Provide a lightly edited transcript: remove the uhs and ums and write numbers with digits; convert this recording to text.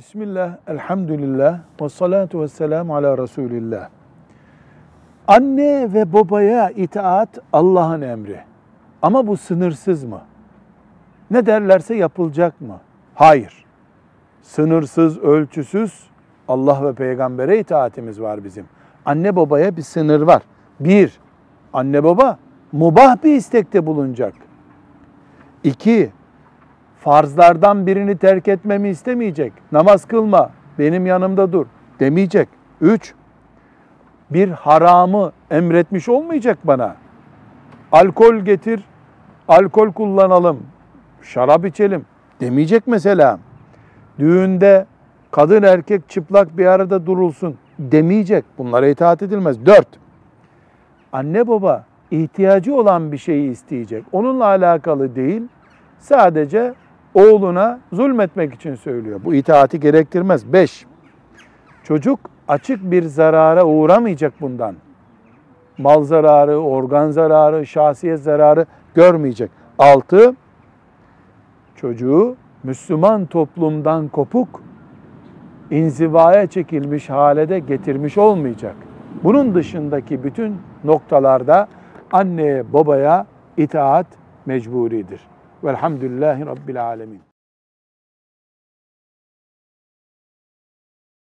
Bismillah, elhamdülillah, ve salatu ve selamu ala Resulillah. Anne ve babaya itaat Allah'ın emri. Ama bu sınırsız mı? Ne derlerse yapılacak mı? Hayır. Sınırsız, ölçüsüz Allah ve peygambere itaatimiz var bizim. Anne babaya bir sınır var. Bir, anne baba mubah bir istekte bulunacak. İki, farzlardan birini terk etmemi istemeyecek. Namaz kılma, benim yanımda dur demeyecek. Üç, bir haramı emretmiş olmayacak bana. Alkol getir, alkol kullanalım, şarap içelim demeyecek mesela. Düğünde kadın erkek çıplak bir arada durulsun demeyecek. Bunlara itaat edilmez. Dört, anne baba ihtiyacı olan bir şeyi isteyecek. Onunla alakalı değil, sadece oğluna zulmetmek için söylüyor. Bu itaati gerektirmez. Beş, çocuk açık bir zarara uğramayacak bundan. Mal zararı, organ zararı, şahsiyet zararı görmeyecek. Altı, çocuğu Müslüman toplumdan kopuk, inzivaya çekilmiş hale de getirmiş olmayacak. Bunun dışındaki bütün noktalarda anneye babaya itaat mecburidir. Velhamdülillahi Rabbil alemin.